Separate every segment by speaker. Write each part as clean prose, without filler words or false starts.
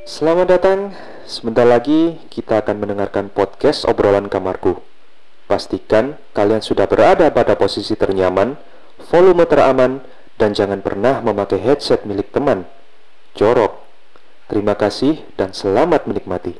Speaker 1: Selamat datang, sebentar lagi kita akan mendengarkan podcast obrolan kamarku. Pastikan kalian sudah berada pada posisi ternyaman, volume teraman, dan jangan pernah memakai headset milik teman. Jorok. Terima kasih dan selamat menikmati.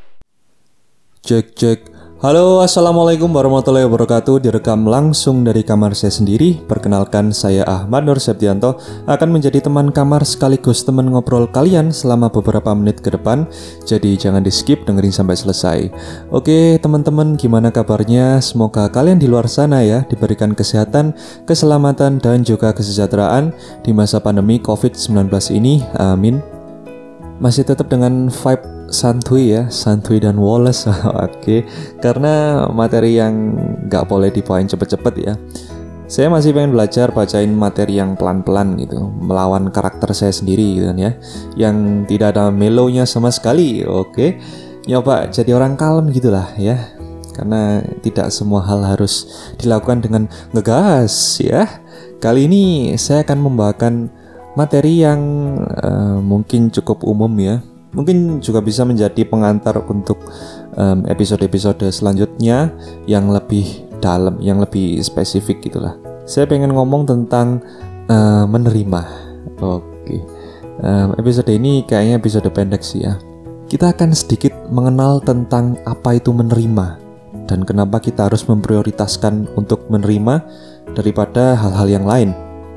Speaker 2: Cek. Halo, assalamualaikum warahmatullahi wabarakatuh. Direkam langsung dari kamar saya sendiri. Perkenalkan, saya Ahmad Nur Septianto, akan menjadi teman kamar sekaligus teman ngobrol kalian selama beberapa menit ke depan. Jadi jangan di skip, dengerin sampai selesai. Oke teman-teman, gimana kabarnya? Semoga kalian di luar sana ya diberikan kesehatan, keselamatan, dan juga kesejahteraan di masa pandemi COVID-19 ini. Amin. Masih tetap dengan vibe santuy ya, santuy dan woles. Oke, karena materi yang gak boleh dibawain cepet-cepet ya. Saya masih pengen belajar bacain materi yang pelan-pelan gitu, melawan karakter saya sendiri gitu kan ya, yang tidak ada mellownya sama sekali. Oke, nyoba jadi orang kalem gitulah ya, karena tidak semua hal harus dilakukan dengan ngegas ya. Kali ini saya akan membawakan materi yang mungkin cukup umum ya. Mungkin juga bisa menjadi pengantar untuk episode-episode selanjutnya yang lebih dalam, yang lebih spesifik gitulah. Saya pengen ngomong tentang menerima. Oke. Episode ini kayaknya episode pendek sih ya. Kita akan sedikit mengenal tentang apa itu menerima dan kenapa kita harus memprioritaskan untuk menerima daripada hal-hal yang lain.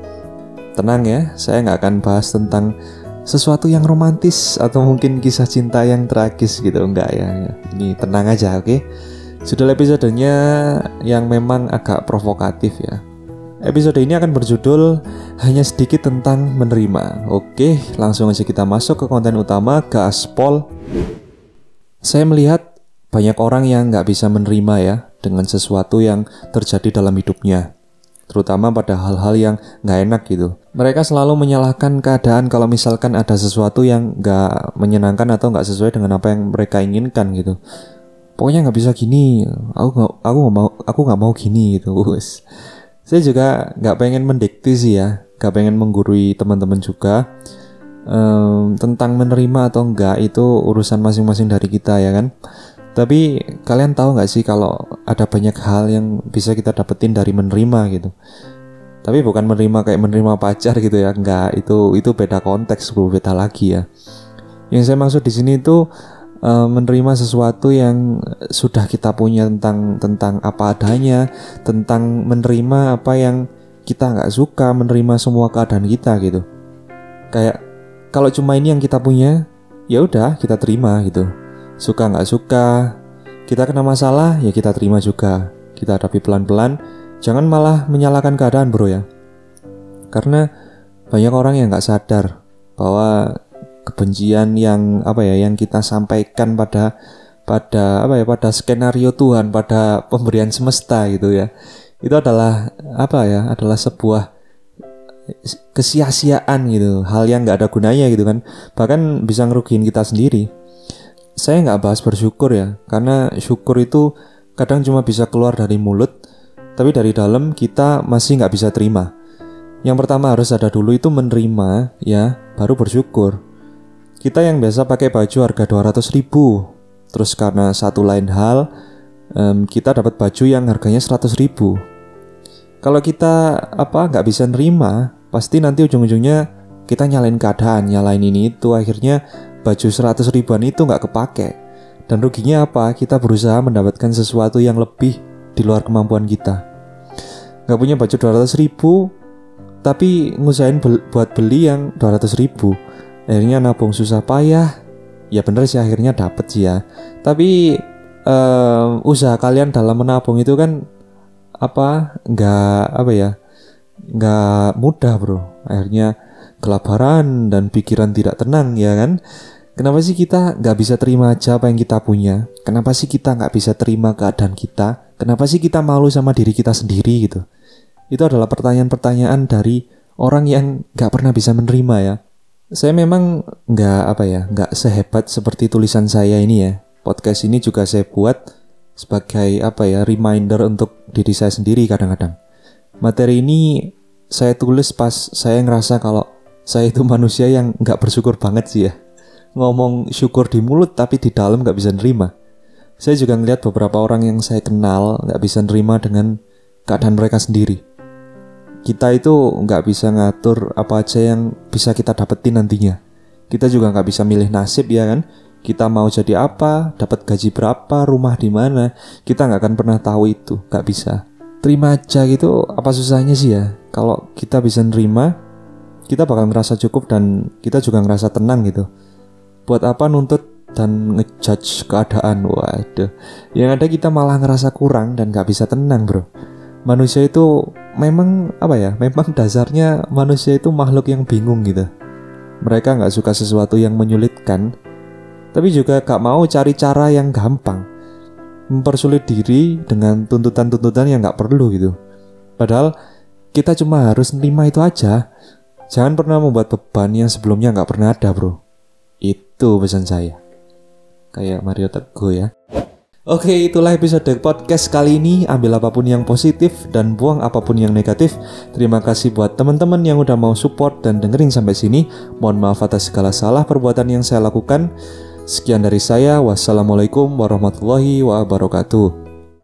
Speaker 2: Tenang ya, saya nggak akan bahas tentang sesuatu yang romantis atau mungkin kisah cinta yang tragis gitu, enggak ya. Ini tenang aja, oke? Judul episodenya yang memang agak provokatif ya. Episode ini akan berjudul Hanya Sedikit Tentang Menerima. Oke, langsung aja kita masuk ke konten utama, gaspol. Saya melihat banyak orang yang nggak bisa menerima ya dengan sesuatu yang terjadi dalam hidupnya, terutama pada hal-hal yang nggak enak gitu. Mereka selalu menyalahkan keadaan kalau misalkan ada sesuatu yang nggak menyenangkan atau nggak sesuai dengan apa yang mereka inginkan gitu. Pokoknya nggak bisa gini, aku nggak mau gini gitu. Saya juga nggak pengen mendikte sih ya, nggak pengen menggurui teman-teman juga. Tentang menerima atau enggak itu urusan masing-masing dari kita ya kan. Tapi kalian tahu nggak sih kalau ada banyak hal yang bisa kita dapetin dari menerima gitu. Tapi bukan menerima kayak menerima pacar gitu ya, enggak, itu beda konteks bro, beda lagi ya. Yang saya maksud di sini itu menerima sesuatu yang sudah kita punya tentang apa adanya, tentang menerima apa yang kita nggak suka, menerima semua keadaan kita gitu. Kayak kalau cuma ini yang kita punya, ya udah kita terima gitu. Suka nggak suka, kita kena masalah ya kita terima juga, kita hadapi pelan-pelan. Jangan malah menyalahkan keadaan bro ya, karena banyak orang yang nggak sadar bahwa kebencian yang yang kita sampaikan pada skenario Tuhan, pada pemberian semesta gitu ya, itu adalah adalah sebuah kesia-siaan gitu, hal yang nggak ada gunanya gitu kan, bahkan bisa ngerugiin kita sendiri. Saya nggak bahas bersyukur ya, karena syukur itu kadang cuma bisa keluar dari mulut, tapi dari dalam kita masih nggak bisa terima. Yang pertama harus ada dulu itu menerima ya, baru bersyukur. Kita yang biasa pakai baju harga 200 ribu, terus karena satu lain hal kita dapat baju yang harganya 100 ribu. Kalau kita nggak bisa nerima, pasti nanti ujung-ujungnya kita nyalain keadaan, nyalain ini itu, akhirnya baju 100 ribuan itu nggak kepake. Dan ruginya apa? Kita berusaha mendapatkan sesuatu yang lebih di luar kemampuan kita. Nggak punya baju 200 ribu, tapi ngusahain buat beli yang 200 ribu. Akhirnya nabung susah payah. Ya bener sih akhirnya dapet sih ya. Tapi usaha kalian dalam menabung itu kan nggak mudah bro. Akhirnya kelaparan dan pikiran tidak tenang ya kan. Kenapa sih kita nggak bisa terima aja apa yang kita punya? Kenapa sih kita nggak bisa terima keadaan kita? Kenapa sih kita malu sama diri kita sendiri gitu? Itu adalah pertanyaan-pertanyaan dari orang yang nggak pernah bisa menerima ya. Saya memang nggak sehebat seperti tulisan saya ini ya. Podcast ini juga saya buat sebagai reminder untuk diri saya sendiri kadang-kadang. Materi ini saya tulis pas saya ngerasa kalau saya itu manusia yang nggak bersyukur banget sih ya. ngomong syukur di mulut tapi di dalam gak bisa nerima. Saya juga ngeliat beberapa orang yang saya kenal gak bisa nerima dengan keadaan mereka sendiri. Kita itu gak bisa ngatur apa aja yang bisa kita dapetin nantinya. Kita juga gak bisa milih nasib, ya kan? Kita mau jadi apa, dapat gaji berapa, rumah di mana, kita gak akan pernah tahu itu, gak bisa. Terima aja gitu, apa susahnya sih ya? Kalau kita bisa nerima, kita bakal ngerasa cukup dan kita juga ngerasa tenang gitu. Buat apa nuntut dan ngejudge keadaan? Waduh, yang ada kita malah ngerasa kurang dan gak bisa tenang, bro. Manusia itu memang memang dasarnya manusia itu makhluk yang bingung gitu. Mereka gak suka sesuatu yang menyulitkan, tapi juga gak mau cari cara yang gampang, mempersulit diri dengan tuntutan-tuntutan yang gak perlu gitu. Padahal kita cuma harus nerima itu aja. Jangan pernah membuat beban yang sebelumnya gak pernah ada, bro. Itu pesan saya. Kayak Mario Teguh ya. Oke, itulah episode podcast kali ini. Ambil apapun yang positif dan buang apapun yang negatif. Terima kasih buat teman-teman yang udah mau support dan dengerin sampai sini. Mohon maaf atas segala salah perbuatan yang saya lakukan. Sekian dari saya. Wassalamualaikum warahmatullahi wabarakatuh.